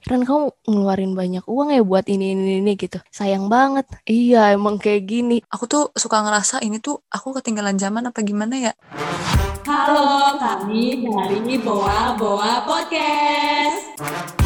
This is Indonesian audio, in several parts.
Ren kamu ngeluarin banyak uang ya buat ini gitu. Sayang banget. Iya emang kayak gini. Aku tuh suka ngerasa ini tuh aku ketinggalan zaman apa gimana ya. Halo, kami dari Boa Boa Podcast.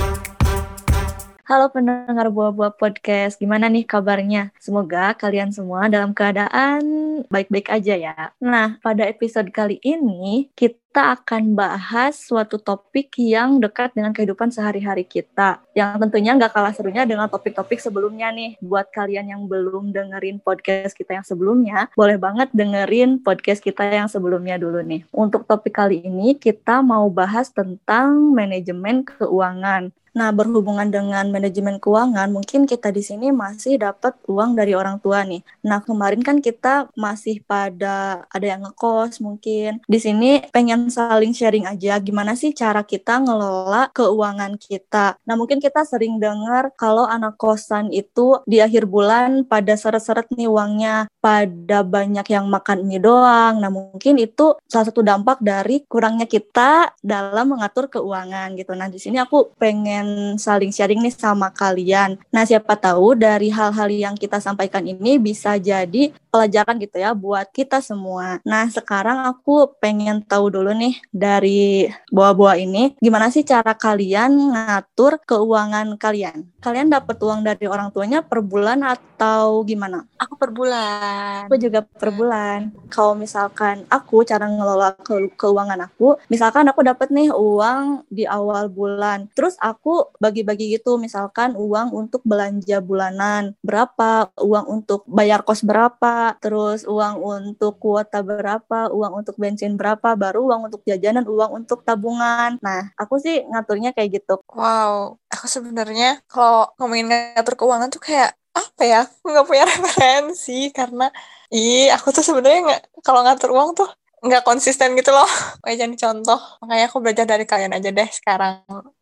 Halo pendengar Buah-Buah Podcast, gimana nih kabarnya? Semoga kalian semua dalam keadaan baik-baik aja ya. Nah, pada episode kali ini kita akan bahas suatu topik yang dekat dengan kehidupan sehari-hari kita. Yang tentunya nggak kalah serunya dengan topik-topik sebelumnya nih. Buat kalian yang belum dengerin podcast kita yang sebelumnya, boleh banget dengerin podcast kita yang sebelumnya dulu nih. Untuk topik kali ini kita mau bahas tentang manajemen keuangan. Nah, berhubungan dengan manajemen keuangan, mungkin kita di sini masih dapat uang dari orang tua nih. Nah, kemarin kan kita masih pada ada yang ngekos mungkin. Di sini pengen saling sharing aja gimana sih cara kita ngelola keuangan kita. Nah, mungkin kita sering dengar kalau anak kosan itu di akhir bulan pada seret-seret nih uangnya, pada banyak yang makan mie doang. Nah, mungkin itu salah satu dampak dari kurangnya kita dalam mengatur keuangan gitu. Nah, di sini aku pengen saling sharing nih sama kalian. Nah, siapa tahu dari hal-hal yang kita sampaikan ini bisa jadi pelajaran gitu ya buat kita semua. Nah, sekarang aku pengen tahu dulu nih dari buah-buah ini, gimana sih cara kalian ngatur keuangan kalian? Kalian dapat uang dari orang tuanya per bulan atau gimana? Aku per bulan. Aku juga per bulan. Kalau misalkan aku cara ngelola keuangan aku, misalkan aku dapat nih uang di awal bulan, terus aku bagi-bagi gitu, misalkan uang untuk belanja bulanan berapa, uang untuk bayar kos berapa, terus uang untuk kuota berapa, uang untuk bensin berapa, baru uang untuk jajanan, uang untuk tabungan. Nah, aku sih ngaturnya kayak gitu. Wow, aku sebenarnya kalau ngomongin ngatur keuangan tuh kayak apa ya? Aku nggak punya referensi karena aku tuh sebenarnya nggak, kalau ngatur uang tuh nggak konsisten gitu loh. Kayak jadi contoh. Makanya aku belajar dari kalian aja deh sekarang.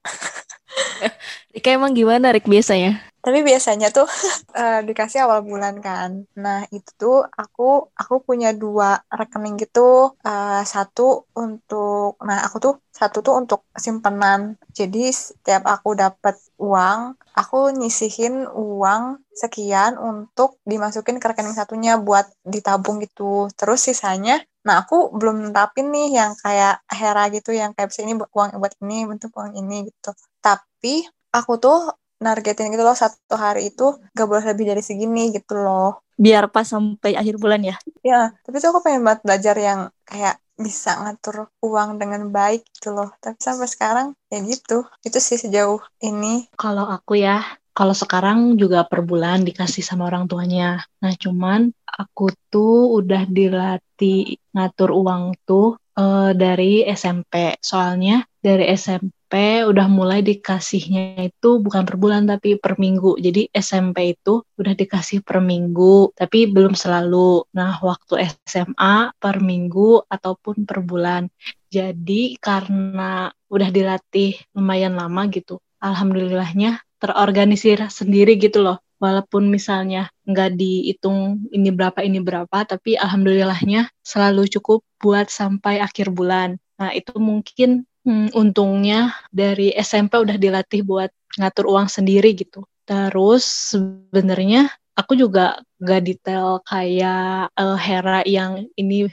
Rika emang gimana Rik biasanya? Tapi biasanya tuh dikasih awal bulan kan. Nah, itu tuh aku punya 2 rekening gitu. Satu untuk, nah aku tuh satu tuh untuk simpenan. Jadi setiap aku dapat uang, aku nyisihin uang sekian untuk dimasukin ke rekening satunya buat ditabung gitu. Terus sisanya, nah aku belum nerapin nih yang kayak Hera gitu, yang kayak ini uang buat ini, bentuk uang ini gitu. Tapi aku tuh nargetin gitu loh, satu hari itu gak boleh lebih dari segini gitu loh. Biar pas sampai akhir bulan ya. Ya, tapi tuh aku pengen banget belajar yang kayak bisa ngatur uang dengan baik gitu loh. Tapi sampai sekarang ya gitu. Itu sih sejauh ini. Kalau aku ya, kalau sekarang juga per bulan dikasih sama orang tuanya. Nah, cuman aku tuh udah dilatih ngatur uang tuh dari SMP. Soalnya dari SMP udah mulai dikasihnya itu bukan per bulan tapi per minggu. Jadi SMP itu udah dikasih per minggu, tapi belum selalu. Nah, waktu SMA per minggu ataupun per bulan. Jadi karena udah dilatih lumayan lama gitu, alhamdulillahnya terorganisir sendiri gitu loh. Walaupun misalnya nggak dihitung ini berapa, tapi alhamdulillahnya selalu cukup buat sampai akhir bulan. Nah, itu mungkin untungnya dari SMP udah dilatih buat ngatur uang sendiri gitu. Terus sebenarnya aku juga gak detail kayak Hera yang ini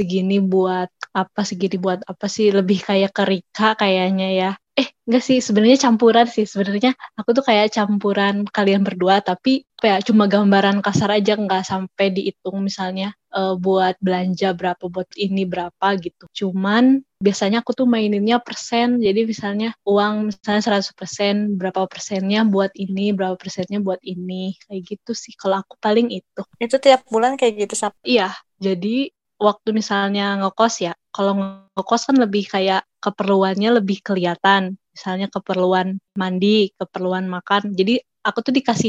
segini buat apa sih, lebih kayak ke Rika kayaknya ya. Enggak sih, sebenarnya campuran sih. Sebenarnya aku tuh kayak campuran kalian berdua, tapi kayak cuma gambaran kasar aja, nggak sampai dihitung misalnya buat belanja berapa, buat ini berapa gitu. Cuman biasanya aku tuh maininnya persen, jadi misalnya uang misalnya 100%, berapa persennya buat ini, berapa persennya buat ini, kayak gitu sih. Kalau aku paling itu. Itu tiap bulan kayak gitu, Sap. Iya, jadi waktu misalnya ngekos ya, kalau ngekos kan lebih kayak keperluannya lebih kelihatan. Misalnya keperluan mandi, keperluan makan. Jadi aku tuh dikasihnya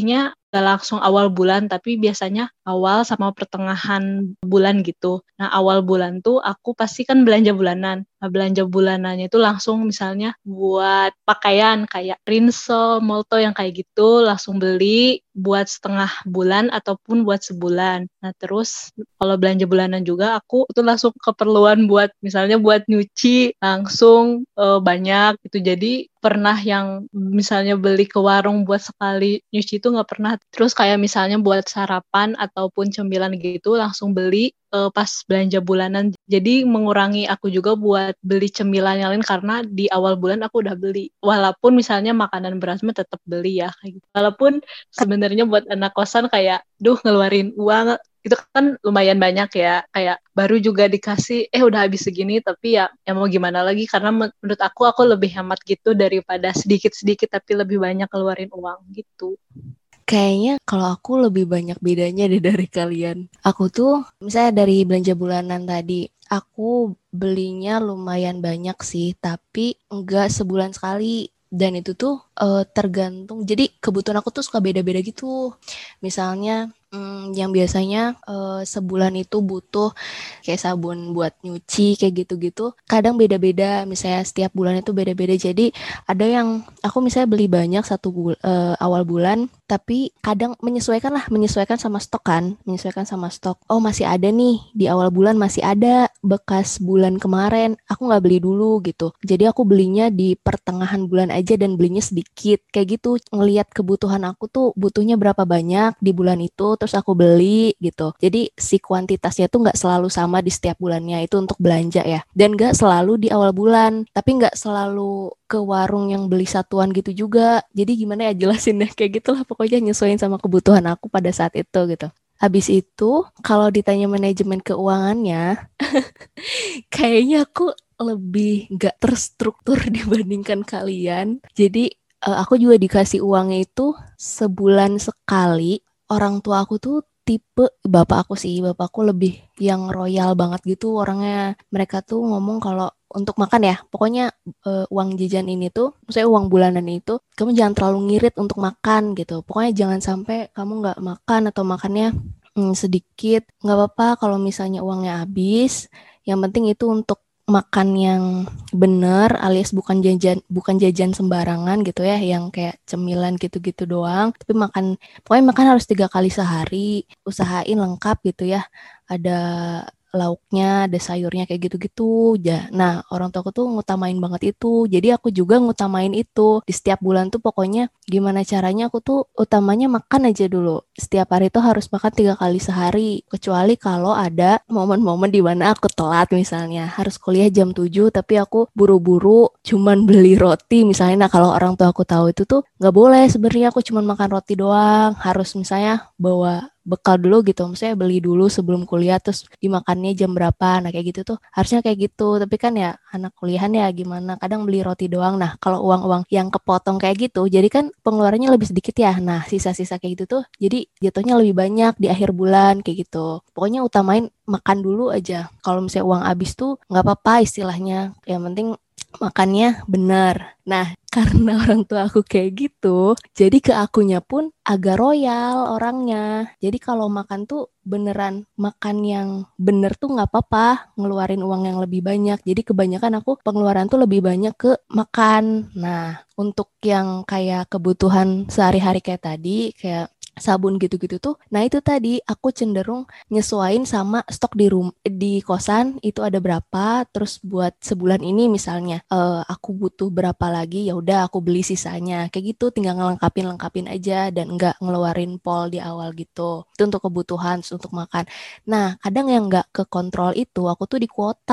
gak langsung awal bulan, tapi biasanya awal sama pertengahan bulan gitu. Nah, awal bulan tuh aku pasti kan belanja bulanan. Nah, belanja bulanannya itu langsung misalnya buat pakaian kayak Rinsel, Molto yang kayak gitu, langsung beli buat setengah bulan ataupun buat sebulan. Nah, terus kalau belanja bulanan juga aku itu langsung keperluan buat misalnya buat nyuci langsung banyak gitu. Jadi pernah yang misalnya beli ke warung buat sekali nyuci itu nggak pernah. Terus kayak misalnya buat sarapan ataupun cemilan gitu langsung beli pas belanja bulanan. Jadi mengurangi aku juga buat beli cemilan yang lain karena di awal bulan aku udah beli. Walaupun misalnya makanan beras mah tetap beli ya. Kayak gitu. Walaupun sebenarnya buat anak kosan kayak, ngeluarin uang itu kan lumayan banyak ya, kayak baru juga dikasih udah habis segini, tapi ya mau gimana lagi karena menurut aku lebih hemat gitu daripada sedikit-sedikit tapi lebih banyak keluarin uang gitu. Kayaknya kalau aku lebih banyak bedanya deh dari kalian. Aku tuh misalnya dari belanja bulanan tadi, aku belinya lumayan banyak sih, tapi enggak sebulan sekali. Dan itu tuh tergantung, jadi kebutuhan aku tuh suka beda-beda gitu. Misalnya yang biasanya sebulan itu butuh kayak sabun buat nyuci kayak gitu-gitu, kadang beda-beda. Misalnya setiap bulan itu beda-beda. Jadi ada yang aku misalnya beli banyak awal bulan, tapi kadang menyesuaikan sama stok kan, menyesuaikan sama stok. Oh, masih ada nih di awal bulan, masih ada bekas bulan kemarin, aku nggak beli dulu gitu. Jadi aku belinya di pertengahan bulan aja dan belinya sedikit kayak gitu. Ngelihat kebutuhan aku tuh butuhnya berapa banyak di bulan itu, terus aku beli gitu. Jadi si kuantitasnya tuh nggak selalu sama di setiap bulannya itu untuk belanja ya, dan nggak selalu di awal bulan, tapi nggak selalu ke warung yang beli satuan gitu juga. Jadi gimana ya jelasinnya, kayak gitulah pokoknya, nyesuaiin sama kebutuhan aku pada saat itu gitu. Habis itu kalau ditanya manajemen keuangannya, kayaknya aku lebih nggak terstruktur dibandingkan kalian. Jadi aku juga dikasih uangnya itu sebulan sekali. Orang tua aku tuh tipe bapakku lebih yang royal banget gitu orangnya. Mereka tuh ngomong kalau untuk makan ya, pokoknya uang jajan ini tuh, maksudnya uang bulanan itu, kamu jangan terlalu ngirit untuk makan gitu. Pokoknya jangan sampai kamu nggak makan atau makannya sedikit. Nggak apa-apa kalau misalnya uangnya habis. Yang penting itu untuk makan yang bener, alias bukan jajan sembarangan gitu ya, yang kayak cemilan gitu-gitu doang. Tapi pokoknya makan harus 3 kali sehari. Usahain lengkap gitu ya. Ada lauknya, ada sayurnya kayak gitu-gitu. Nah, orang tua aku tuh ngutamain banget itu. Jadi aku juga ngutamain itu. Di setiap bulan tuh pokoknya gimana caranya aku tuh utamanya makan aja dulu. Setiap hari tuh harus makan 3 kali sehari. Kecuali kalau ada momen-momen di mana aku telat misalnya. Harus kuliah jam 7 tapi aku buru-buru cuman beli roti misalnya. Nah, kalau orang tua aku tahu itu tuh nggak boleh sebenarnya aku cuman makan roti doang. Harus misalnya bawa bekal dulu gitu, misalnya beli dulu sebelum kuliah terus dimakannya jam berapa. Nah kayak gitu tuh harusnya kayak gitu, tapi kan ya anak kuliahan ya gimana, kadang beli roti doang. Nah kalau uang-uang yang kepotong kayak gitu jadi kan pengeluarannya lebih sedikit ya. Nah sisa-sisa kayak gitu tuh jadi jatuhnya lebih banyak di akhir bulan kayak gitu. Pokoknya utamain makan dulu aja. Kalau misalnya uang habis tuh nggak apa-apa istilahnya, yang penting makannya benar. Nah, karena orang tua aku kayak gitu, jadi ke akunya pun agak royal orangnya. Jadi kalau makan tuh beneran makan yang bener tuh nggak apa-apa, ngeluarin uang yang lebih banyak. Jadi kebanyakan aku pengeluaran tuh lebih banyak ke makan. Nah, untuk yang kayak kebutuhan sehari-hari kayak tadi, kayak sabun gitu-gitu tuh, nah itu tadi aku cenderung nyesuain sama stok di kosan itu ada berapa, terus buat sebulan ini misalnya aku butuh berapa lagi, ya udah aku beli sisanya kayak gitu, tinggal ngelengkapin aja dan nggak ngeluarin pol di awal gitu. Itu untuk kebutuhan, untuk makan. Nah kadang yang nggak ke kontrol itu aku tuh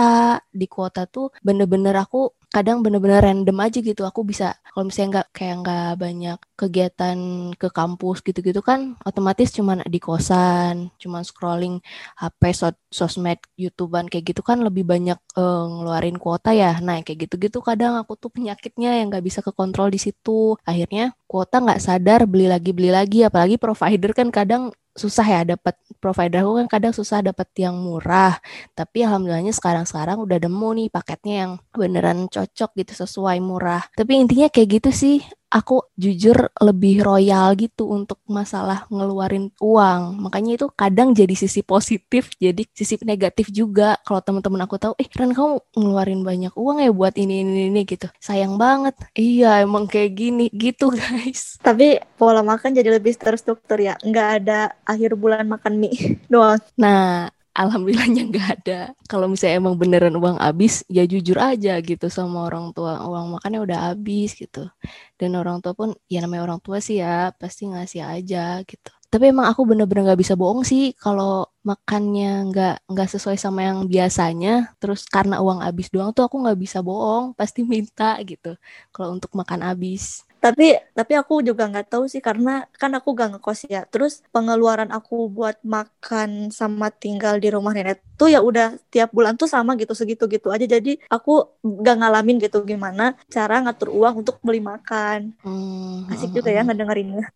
di kuota tuh bener-bener aku kadang bener-bener random aja gitu. Aku bisa kalau misalnya nggak banyak kegiatan ke kampus gitu-gitu kan, otomatis cuman di kosan, cuman scrolling HP, sosmed, YouTubean kayak gitu kan lebih banyak ngeluarin kuota ya. Nah kayak gitu-gitu kadang aku tuh penyakitnya yang nggak bisa kekontrol di situ. Akhirnya kuota nggak sadar beli lagi, apalagi provider kan kadang susah ya dapat. Provider aku kan kadang susah dapat yang murah, tapi alhamdulillahnya sekarang udah nemu nih paketnya yang beneran cocok gitu, sesuai murah. Tapi intinya kayak gitu sih. aku jujur lebih royal gitu untuk masalah ngeluarin uang. Makanya itu kadang jadi sisi positif, jadi sisi negatif juga. Kalau teman-teman aku tahu, Ren kamu ngeluarin banyak uang ya buat ini gitu. Sayang banget. Iya, emang kayak gini gitu guys. Tapi pola makan jadi lebih terstruktur ya. Nggak ada akhir bulan makan mie doang. Nah, alhamdulillahnya nggak ada. Kalau misalnya emang beneran uang habis, ya jujur aja gitu sama orang tua. Uang makannya udah habis gitu. Dan orang tua pun, ya namanya orang tua sih ya, pasti ngasih aja gitu. Tapi emang aku bener-bener nggak bisa bohong sih kalau makannya nggak sesuai sama yang biasanya. Terus karena uang habis doang tuh aku nggak bisa bohong, pasti minta gitu. Kalau untuk makan habis. Tapi aku juga nggak tahu sih karena kan aku gak ngekos ya. Terus pengeluaran aku buat makan sama tinggal di rumah nenek tuh ya udah tiap bulan tuh sama gitu segitu-gitu aja. Jadi aku gak ngalamin gitu gimana cara ngatur uang untuk beli makan. Asik juga ya ngedengerinnya.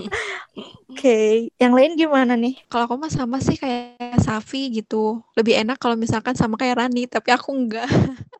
Oke, yang lain gimana nih? Kalau aku mah sama sih kayak Safi gitu. Lebih enak kalau misalkan sama kayak Rani, tapi aku enggak.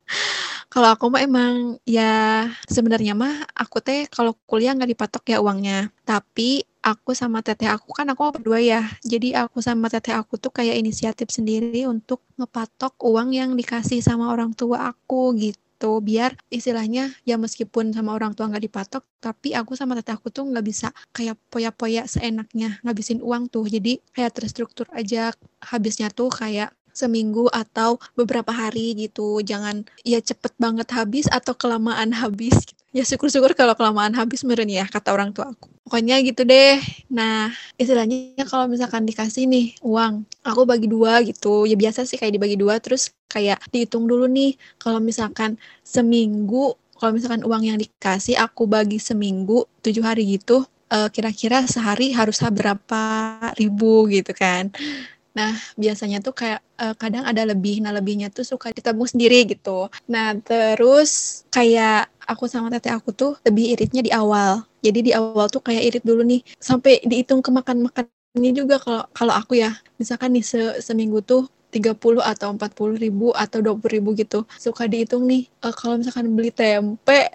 Kalau aku mah emang ya sebenarnya mah aku teh kalau kuliah nggak dipatok ya uangnya. Tapi aku sama teteh aku kan aku berdua ya. Jadi aku sama teteh aku tuh kayak inisiatif sendiri untuk ngepatok uang yang dikasih sama orang tua aku gitu. Biar istilahnya ya meskipun sama orang tua nggak dipatok, tapi aku sama teteh aku tuh nggak bisa kayak poya-poya seenaknya ngabisin uang tuh. Jadi kayak terstruktur aja habisnya tuh kayak seminggu atau beberapa hari gitu. Jangan ya cepet banget habis atau kelamaan habis. Ya syukur-syukur kalau kelamaan habis meren ya kata orang tua aku. Pokoknya gitu deh. Nah, istilahnya kalau misalkan dikasih nih uang, aku bagi dua gitu. Ya biasa sih kayak dibagi dua terus kayak dihitung dulu nih. Kalau misalkan seminggu, kalau misalkan uang yang dikasih aku bagi seminggu 7 hari gitu, kira-kira sehari harus berapa ribu gitu kan. Nah, biasanya tuh kayak kadang ada lebih. Nah, lebihnya tuh suka ditabung sendiri gitu. Nah, terus kayak aku sama teteh aku tuh lebih iritnya di awal. Jadi di awal tuh kayak irit dulu nih sampai dihitung ke makan-makannya juga kalau aku ya. Misalkan nih seminggu tuh 30 atau 40 ribu atau 20 ribu gitu. Suka dihitung nih, kalau misalkan beli tempe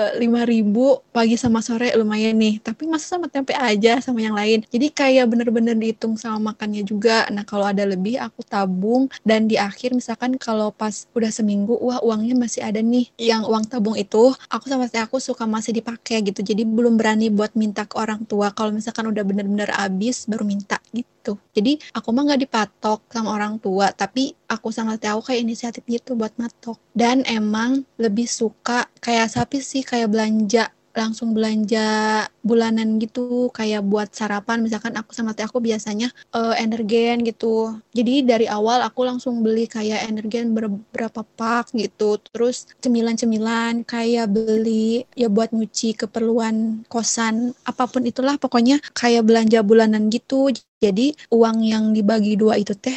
5 ribu pagi sama sore lumayan nih. Tapi masa sama tempe aja sama yang lain. Jadi kayak bener-bener dihitung sama makannya juga. Nah kalau ada lebih aku tabung dan di akhir misalkan kalau pas udah seminggu, wah uangnya masih ada nih. Yang uang tabung itu aku sama aku suka masih dipakai gitu. Jadi belum berani buat minta ke orang tua. Kalau misalkan udah bener-bener habis baru minta gitu. Jadi aku mah nggak dipatok sama orang tua, tapi aku sama aku kayak inisiatif gitu buat matok. Dan emang lebih suka kayak Sapi sih kayak langsung belanja bulanan gitu kayak buat sarapan misalkan aku sama aku biasanya energen gitu. Jadi dari awal aku langsung beli kayak energen berapa pak gitu. Terus cemilan-cemilan kayak beli ya buat nyuci keperluan kosan apapun itulah pokoknya kayak belanja bulanan gitu. Jadi uang yang dibagi dua itu teh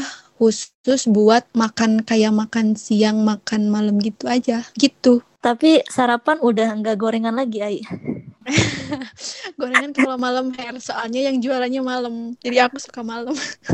khusus buat makan kayak makan siang, makan malam gitu aja gitu. Tapi sarapan udah nggak gorengan lagi, Ai. Gorengan kalau malam soalnya yang jualannya malam. Jadi aku suka malam.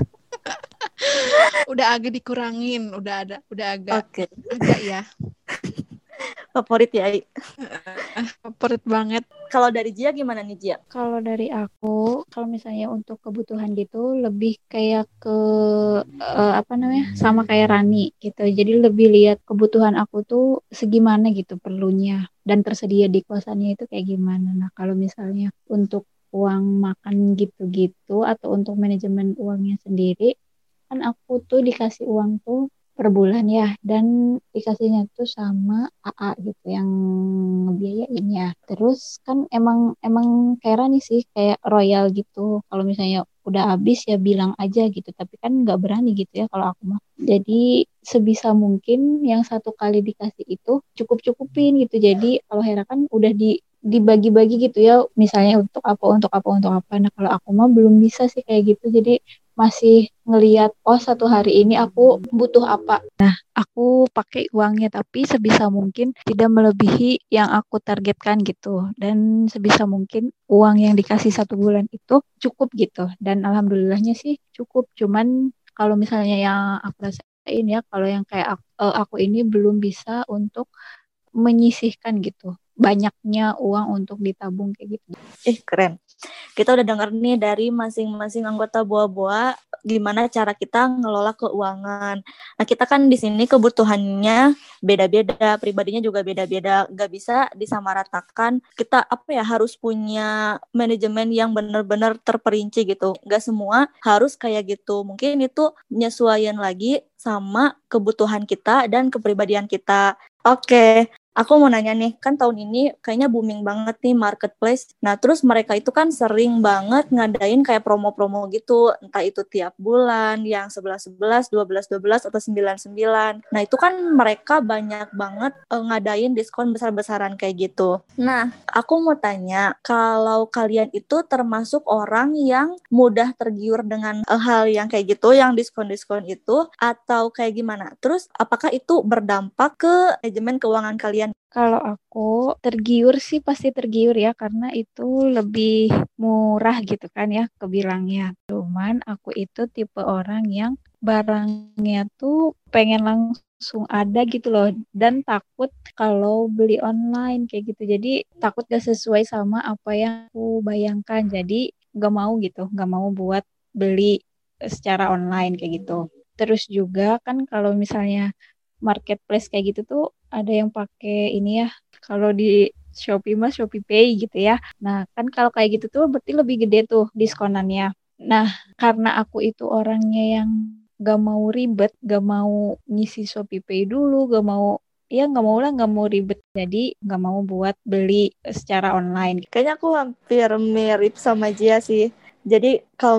Udah agak dikurangin, udah agak Oke. agak ya. Favorit ya, Ai. Favorit banget. Kalau dari Jia gimana nih, Jia? Kalau dari aku, kalau misalnya untuk kebutuhan gitu lebih kayak ke sama kayak Rani gitu. Jadi lebih lihat kebutuhan aku tuh segimana gitu perlunya dan tersedia di kosannya itu kayak gimana. Nah, kalau misalnya untuk uang makan gitu-gitu atau untuk manajemen uangnya sendiri, kan aku tuh dikasih uang tuh per bulan ya dan dikasihnya tuh sama AA gitu yang ngebiayain ya. Terus kan emang emang kayak Rani sih kayak royal gitu. Kalau misalnya udah habis ya bilang aja gitu. Tapi kan nggak berani gitu ya kalau aku mah. Jadi sebisa mungkin yang satu kali dikasih itu cukup-cukupin gitu. Jadi kalau Hera kan udah dibagi-bagi gitu ya. Misalnya untuk apa, untuk apa, untuk apa. Nah kalau aku mah belum bisa sih kayak gitu. Jadi masih ngelihat satu hari ini aku butuh apa. Nah, aku pakai uangnya tapi sebisa mungkin tidak melebihi yang aku targetkan gitu. Dan sebisa mungkin uang yang dikasih satu bulan itu cukup gitu. Dan alhamdulillahnya sih cukup. Cuman kalau misalnya yang aku rasain ya, kalau yang kayak aku ini belum bisa untuk menyisihkan gitu. banyaknya uang untuk ditabung kayak gitu. Keren. Kita udah denger nih dari masing-masing anggota Boa-Boa gimana cara kita ngelola keuangan. Nah, kita kan di sini kebutuhannya beda-beda, pribadinya juga beda-beda, nggak bisa disamaratakan. Kita harus punya manajemen yang benar-benar terperinci gitu. Nggak semua harus kayak gitu. Mungkin itu penyesuaian lagi sama kebutuhan kita dan kepribadian kita. Oke. Aku mau nanya nih, kan tahun ini kayaknya booming banget nih marketplace. Nah, terus mereka itu kan sering banget ngadain kayak promo-promo gitu, entah itu tiap bulan, yang 11-11, 12-12, atau 9-9. Nah, itu kan mereka banyak banget ngadain diskon besar-besaran kayak gitu. Nah, aku mau tanya, kalau kalian itu termasuk orang yang mudah tergiur dengan hal yang kayak gitu, yang diskon-diskon itu, atau kayak gimana? Terus, apakah itu berdampak ke manajemen keuangan kalian? Kalau aku tergiur sih pasti tergiur ya, karena itu lebih murah gitu kan ya kebilangnya. Cuman aku itu tipe orang yang barangnya tuh pengen langsung ada gitu loh, dan takut kalau beli online kayak gitu. Jadi takut gak sesuai sama apa yang aku bayangkan. Jadi gak mau gitu, gak mau buat beli secara online kayak gitu. Terus juga kan kalau misalnya marketplace kayak gitu tuh ada yang pakai ini ya, kalau di Shopee mas Shopee Pay gitu ya. Nah kan kalau kayak gitu tuh berarti lebih gede tuh diskonannya. Nah karena aku itu orangnya yang gak mau ribet, gak mau ngisi Shopee Pay dulu, gak mau lah, gak mau ribet, jadi gak mau buat beli secara online. Kayaknya aku hampir mirip sama Jia sih. Jadi kalau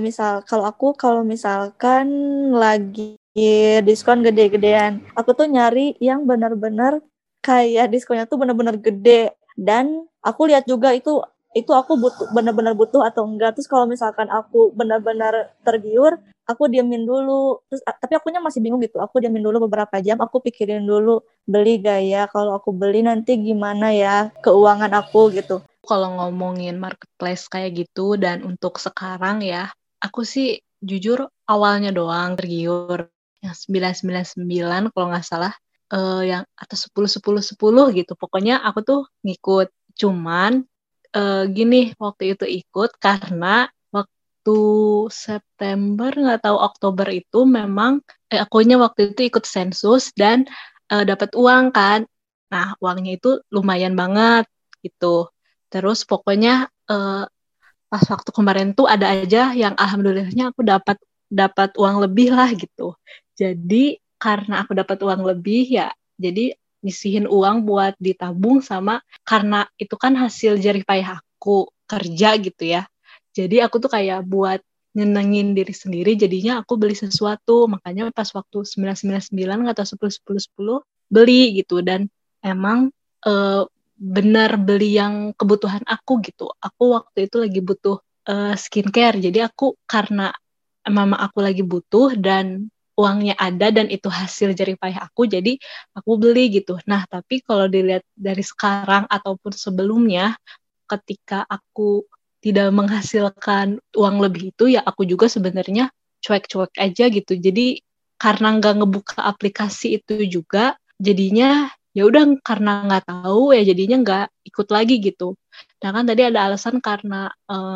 misalkan lagi diskon gede-gedean, aku tuh nyari yang benar-benar kayak diskonnya tuh benar-benar gede, dan aku lihat juga itu aku benar-benar butuh atau enggak. Terus kalau misalkan aku benar-benar tergiur, aku diamin dulu. Terus tapi akunya masih bingung gitu. Aku diamin dulu beberapa jam, aku pikirin dulu beli gak ya, kalau aku beli nanti gimana ya keuangan aku gitu. Kalau ngomongin marketplace kayak gitu dan untuk sekarang ya, aku sih jujur awalnya doang tergiur yang 999 kalau nggak salah, yang atau 10 10 10 gitu. Pokoknya aku tuh ngikut. Cuman gini, waktu itu ikut karena waktu September nggak tahu Oktober itu memang akunya waktu itu ikut sensus dan dapat uang kan. Nah, uangnya itu lumayan banget gitu. Terus pokoknya pas waktu kemarin tuh ada aja yang alhamdulillahnya aku dapat uang lebih lah gitu. Jadi karena aku dapat uang lebih ya, jadi nyisihin uang buat ditabung sama karena itu kan hasil jerih payah aku kerja gitu ya. Jadi aku tuh kayak buat nyenengin diri sendiri, jadinya aku beli sesuatu. Makanya pas waktu 999 atau 10 10 10 beli gitu, dan emang benar beli yang kebutuhan aku gitu. Aku waktu itu lagi butuh skincare. Jadi aku karena mama aku lagi butuh dan uangnya ada dan itu hasil jerih payah aku, jadi aku beli gitu. Nah, tapi kalau dilihat dari sekarang ataupun sebelumnya, ketika aku tidak menghasilkan uang lebih itu, ya aku juga sebenarnya cuek-cuek aja gitu. Jadi karena nggak ngebuka aplikasi itu juga, jadinya ya udah karena nggak tahu ya jadinya nggak ikut lagi gitu. Nah kan tadi ada alasan karena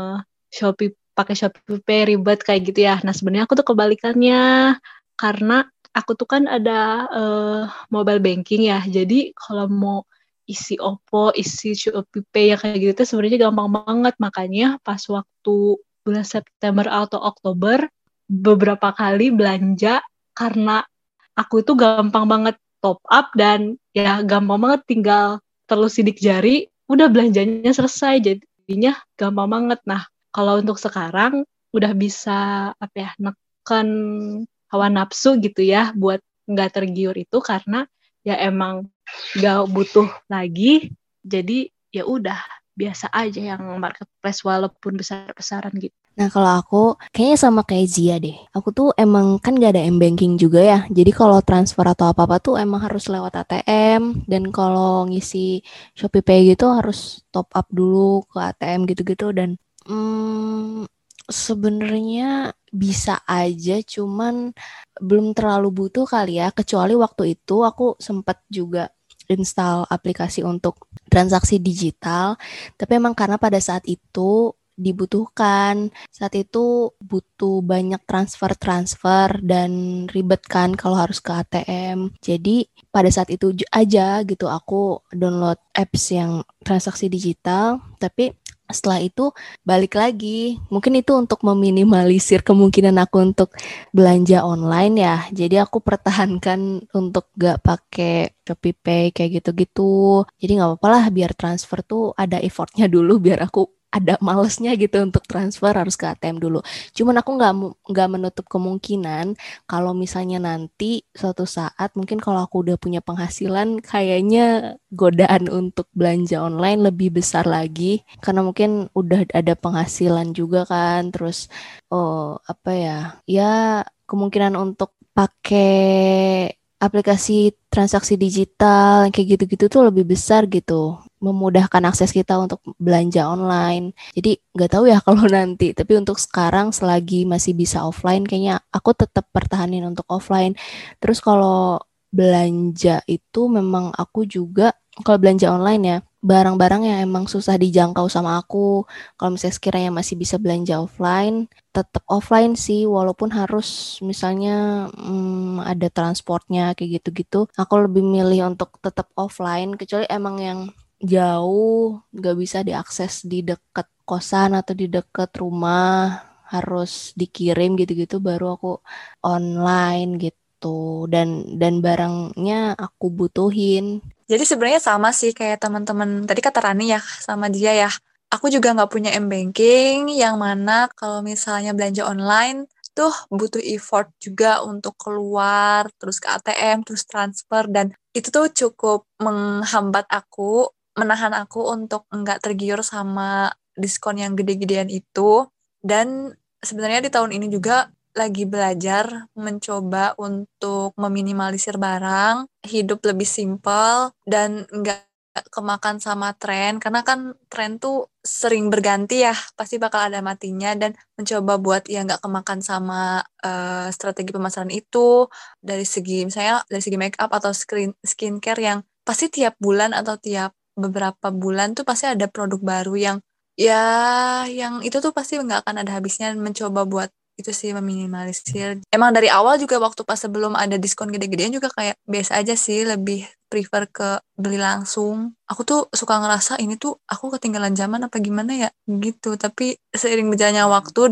pakai Shopee Pay ribet kayak gitu ya. Nah sebenarnya aku tuh kebalikannya, karena aku tuh kan ada mobile banking ya. Jadi kalau mau isi OVO, isi Shopee Pay yang kayak gitu tuh sebenarnya gampang banget. Makanya pas waktu bulan September atau Oktober beberapa kali belanja karena aku itu gampang banget top up dan ya gampang banget tinggal terus sidik jari udah belanjanya selesai, jadinya gampang banget. Nah kalau untuk sekarang udah bisa neken hawa nafsu gitu ya buat nggak tergiur itu, karena ya emang nggak butuh lagi, jadi ya udah biasa aja yang marketplace walaupun besar-besaran gitu. Nah kalau aku kayaknya sama kayak Zia deh. Aku tuh emang kan gak ada M-Banking juga ya. Jadi kalau transfer atau apa-apa tuh emang harus lewat ATM. Dan kalau ngisi Shopee Pay gitu harus top up dulu ke ATM gitu-gitu. Dan sebenarnya bisa aja, cuman belum terlalu butuh kali ya. Kecuali waktu itu aku sempat juga install aplikasi untuk transaksi digital, tapi emang karena pada saat itu dibutuhkan. Saat itu butuh banyak transfer dan ribet kan kalau harus ke ATM. Jadi pada saat itu aja gitu aku download apps yang transaksi digital, tapi setelah itu balik lagi. Mungkin itu untuk meminimalisir kemungkinan aku untuk belanja online ya. Jadi aku pertahankan untuk gak pakai Shopee Pay kayak gitu-gitu. Jadi gak apa-apa lah biar transfer tuh ada effortnya dulu biar aku ada malesnya gitu untuk transfer harus ke ATM dulu. Cuman aku nggak menutup kemungkinan kalau misalnya nanti suatu saat mungkin kalau aku udah punya penghasilan kayaknya godaan untuk belanja online lebih besar lagi karena mungkin udah ada penghasilan juga kan. Terus apa ya? Ya kemungkinan untuk pakai aplikasi transaksi digital kayak gitu-gitu tuh lebih besar gitu, memudahkan akses kita untuk belanja online. Jadi nggak tahu ya kalau nanti, tapi untuk sekarang selagi masih bisa offline, kayaknya aku tetap pertahanin untuk offline. Terus kalau belanja itu memang aku juga kalau belanja online ya barang-barang yang emang susah dijangkau sama aku. Kalau misalnya sekiranya masih bisa belanja offline, tetap offline sih, walaupun harus misalnya ada transportnya kayak gitu-gitu. Aku lebih milih untuk tetap offline, kecuali emang yang jauh, nggak bisa diakses di dekat kosan atau di dekat rumah, harus dikirim gitu-gitu, baru aku online gitu. Dan barangnya aku butuhin. Jadi sebenarnya sama sih kayak teman-teman tadi kata Rani ya sama dia ya. Aku juga nggak punya m-banking yang mana kalau misalnya belanja online tuh butuh effort juga untuk keluar terus ke ATM terus transfer dan itu tuh cukup menghambat aku, menahan aku untuk nggak tergiur sama diskon yang gede-gedean itu. Dan sebenarnya di tahun ini juga lagi belajar mencoba untuk meminimalisir barang, hidup lebih simpel dan nggak kemakan sama tren karena kan tren tuh sering berganti ya, pasti bakal ada matinya dan mencoba buat ya nggak kemakan sama strategi pemasaran itu dari segi misalnya dari segi make up atau skincare yang pasti tiap bulan atau tiap beberapa bulan tuh pasti ada produk baru yang ya yang itu tuh pasti nggak akan ada habisnya, mencoba buat itu sih meminimalisir. Emang dari awal juga waktu pas sebelum ada diskon gede-gedean juga kayak biasa aja sih, lebih prefer ke beli langsung. Aku tuh suka ngerasa ini tuh aku ketinggalan zaman apa gimana ya gitu. Tapi seiring berjalannya waktu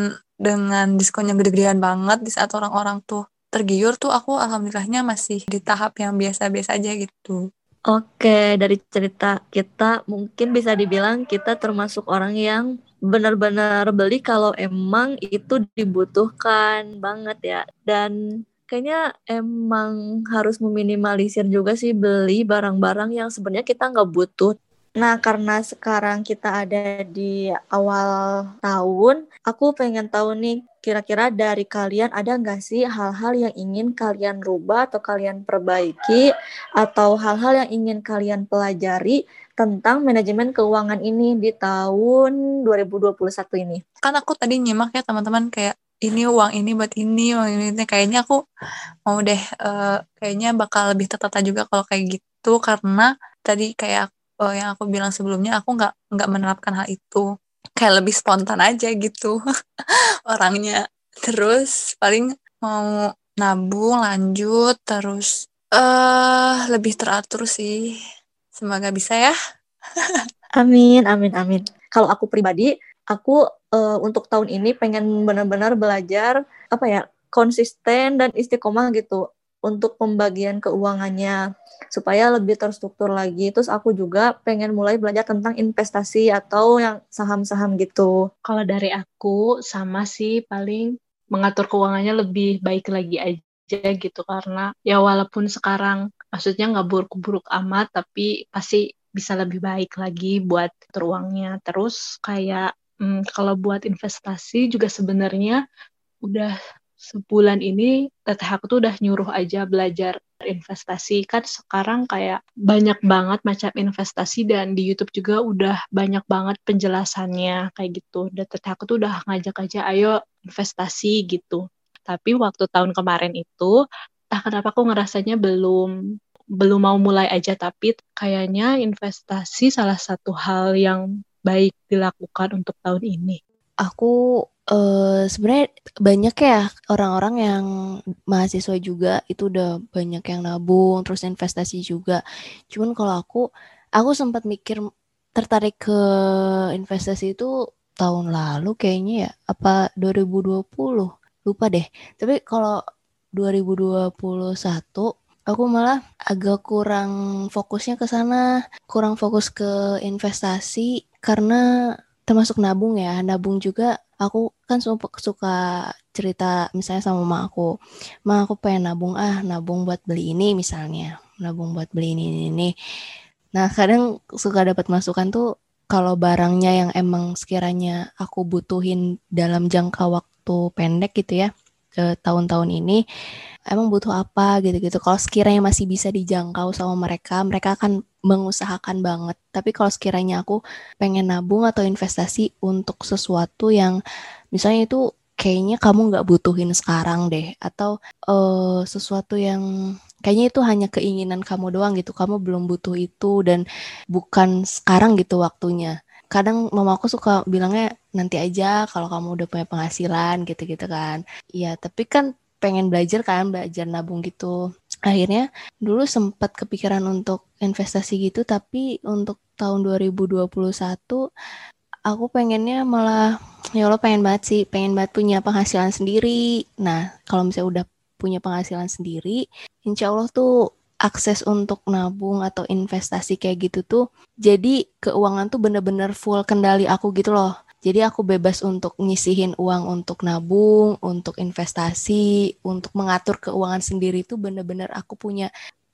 dengan diskon yang gede-gedean banget di saat orang-orang tuh tergiur tuh aku alhamdulillahnya masih di tahap yang biasa-biasa aja gitu. Oke, dari cerita kita mungkin bisa dibilang kita termasuk orang yang benar-benar beli kalau emang itu dibutuhkan banget ya. Dan kayaknya emang harus meminimalisir juga sih beli barang-barang yang sebenarnya kita nggak butuh. Nah, karena sekarang kita ada di awal tahun, aku pengen tahu nih, kira-kira dari kalian ada nggak sih hal-hal yang ingin kalian rubah atau kalian perbaiki, atau hal-hal yang ingin kalian pelajari tentang manajemen keuangan ini di tahun 2021 ini? Kan aku tadi nyimak ya teman-teman kayak ini uang ini buat ini, uang ini kayaknya aku mau deh kayaknya bakal lebih tertata juga kalau kayak gitu karena tadi kayak yang aku bilang sebelumnya aku nggak menerapkan hal itu, kayak lebih spontan aja gitu orangnya. Terus paling mau nabung lanjut terus lebih teratur sih, semoga bisa ya. Amin, amin, amin. Kalau aku pribadi, aku untuk tahun ini pengen benar-benar belajar apa ya, konsisten dan istiqomah gitu untuk pembagian keuangannya supaya lebih terstruktur lagi. Terus aku juga pengen mulai belajar tentang investasi atau yang saham-saham gitu. Kalau dari aku sama sih, paling mengatur keuangannya lebih baik lagi aja gitu, karena ya walaupun sekarang maksudnya nggak buruk-buruk amat, tapi pasti bisa lebih baik lagi buat atur uangnya. Terus kayak kalau buat investasi juga sebenarnya udah sebulan ini teteh aku tuh udah nyuruh aja belajar investasi. Kan sekarang kayak banyak banget macam investasi dan di YouTube juga udah banyak banget penjelasannya kayak gitu. Dan teteh aku tuh udah ngajak aja ayo investasi gitu. Tapi waktu tahun kemarin itu entah kenapa aku ngerasanya belum belum mau mulai aja, tapi kayaknya investasi salah satu hal yang baik dilakukan untuk tahun ini. Aku sebenarnya banyak ya orang-orang yang mahasiswa juga itu udah banyak yang nabung terus investasi juga. Cuman kalau aku sempat mikir tertarik ke investasi itu tahun lalu kayaknya ya, apa 2020, lupa deh. Tapi kalau 2021 aku malah agak kurang fokusnya ke sana, kurang fokus ke investasi karena termasuk nabung ya. Nabung juga aku kan suka cerita misalnya sama mama aku. Ma, aku pengen nabung buat beli ini misalnya. Nabung buat beli ini. Nah, kadang suka dapat masukan tuh kalau barangnya yang emang sekiranya aku butuhin dalam jangka waktu pendek gitu ya, ke tahun-tahun ini, emang butuh apa gitu-gitu. Kalau sekiranya masih bisa dijangkau sama mereka, mereka akan mengusahakan banget. Tapi kalau sekiranya aku pengen nabung atau investasi untuk sesuatu yang misalnya itu kayaknya kamu nggak butuhin sekarang deh, atau sesuatu yang kayaknya itu hanya keinginan kamu doang gitu, kamu belum butuh itu dan bukan sekarang gitu waktunya. Kadang mama aku suka bilangnya nanti aja kalau kamu udah punya penghasilan gitu-gitu kan. Iya, tapi kan pengen belajar nabung gitu. Akhirnya dulu sempat kepikiran untuk investasi gitu, tapi untuk tahun 2021 aku pengennya malah, ya Allah pengen banget punya penghasilan sendiri. Nah, kalau misalnya udah punya penghasilan sendiri, insya Allah tuh akses untuk nabung atau investasi kayak gitu tuh, jadi keuangan tuh bener-bener full kendali aku gitu loh. Jadi aku bebas untuk nyisihin uang untuk nabung, untuk investasi, untuk mengatur keuangan sendiri tuh bener-bener aku punya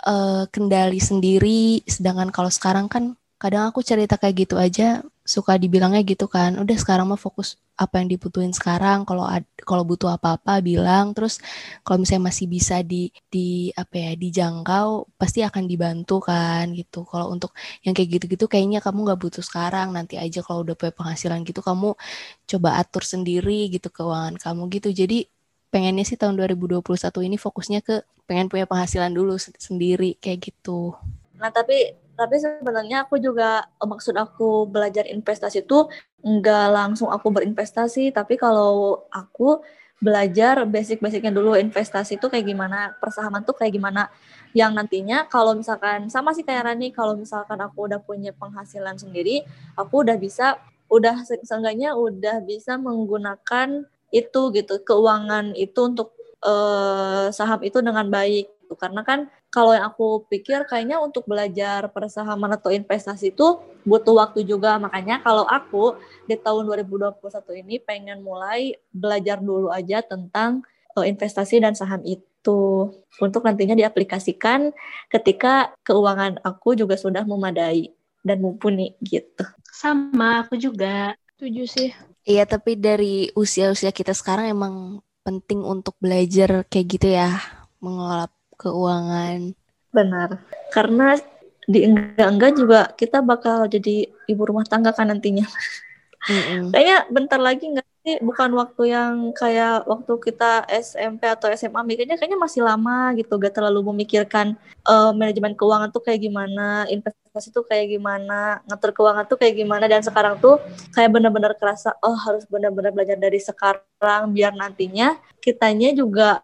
kendali sendiri. Sedangkan kalau sekarang kan kadang aku cerita kayak gitu aja suka dibilangnya gitu kan, udah sekarang mah fokus apa yang dibutuhin sekarang, kalau butuh apa-apa bilang, terus kalau misalnya masih bisa di apa ya dijangkau pasti akan dibantu kan gitu. Kalau untuk yang kayak gitu-gitu kayaknya kamu nggak butuh sekarang, nanti aja kalau udah punya penghasilan gitu kamu coba atur sendiri gitu keuangan kamu gitu. Jadi pengennya sih tahun 2021 ini fokusnya ke pengen punya penghasilan dulu sendiri kayak gitu. Nah, tapi sebenarnya aku juga, maksud aku belajar investasi itu nggak langsung aku berinvestasi, tapi kalau aku belajar basic-basicnya dulu, investasi itu kayak gimana, persahaman tuh kayak gimana, yang nantinya kalau misalkan sama sih kayak Rani, kalau misalkan aku udah punya penghasilan sendiri, aku udah seenggaknya udah bisa menggunakan itu gitu, keuangan itu untuk saham itu dengan baik gitu. Karena kan kalau yang aku pikir kayaknya untuk belajar persahaman atau investasi itu butuh waktu juga. Makanya kalau aku di tahun 2021 ini pengen mulai belajar dulu aja tentang investasi dan saham itu untuk nantinya diaplikasikan ketika keuangan aku juga sudah memadai dan mumpuni gitu. Sama, aku juga. Setuju sih. Iya, tapi dari usia-usia kita sekarang emang penting untuk belajar kayak gitu ya, mengelola keuangan. Benar. Karena di enggak-enggak juga kita bakal jadi ibu rumah tangga kan nantinya. Kayaknya bentar lagi nggak sih, bukan waktu yang kayak waktu kita SMP atau SMA, mikirnya kayaknya masih lama gitu, gak terlalu memikirkan manajemen keuangan tuh kayak gimana, investasi tuh kayak gimana, ngatur keuangan tuh kayak gimana, dan sekarang tuh kayak benar-benar kerasa, harus benar-benar belajar dari sekarang, biar nantinya kitanya juga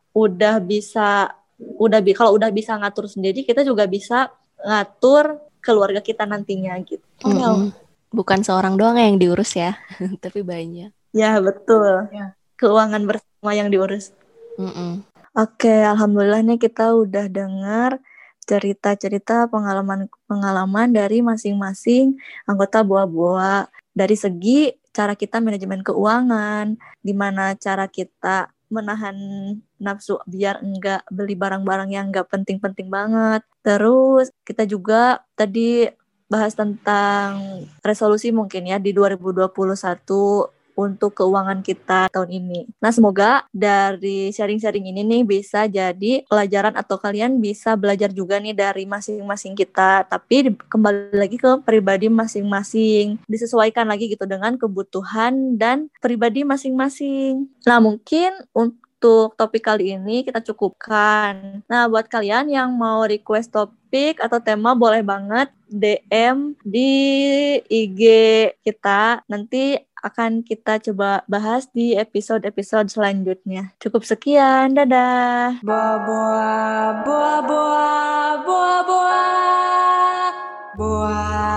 kalau udah bisa ngatur sendiri, kita juga bisa ngatur keluarga kita nantinya gitu. Bukan seorang doang yang diurus ya, tapi banyak. Ya, betul. Ya. Keuangan bersama yang diurus. Oke, alhamdulillah nih kita udah dengar cerita-cerita pengalaman dari masing-masing anggota Boa-Boa. Dari segi cara kita manajemen keuangan, gimana cara kita menahan nafsu biar enggak beli barang-barang yang enggak penting-penting banget. Terus kita juga tadi bahas tentang resolusi mungkin ya di 2021 untuk keuangan kita tahun ini. Nah, semoga dari sharing-sharing ini nih bisa jadi pelajaran atau kalian bisa belajar juga nih dari masing-masing kita. Tapi kembali lagi ke pribadi masing-masing. Disesuaikan lagi gitu dengan kebutuhan dan pribadi masing-masing. Nah, mungkin untuk topik kali ini kita cukupkan. Nah, buat kalian yang mau request topik atau tema boleh banget DM di IG kita. Nanti akan kita coba bahas di episode-episode selanjutnya. Cukup sekian, dadah. Boa, boa, boa, boa, boa, boa, boa.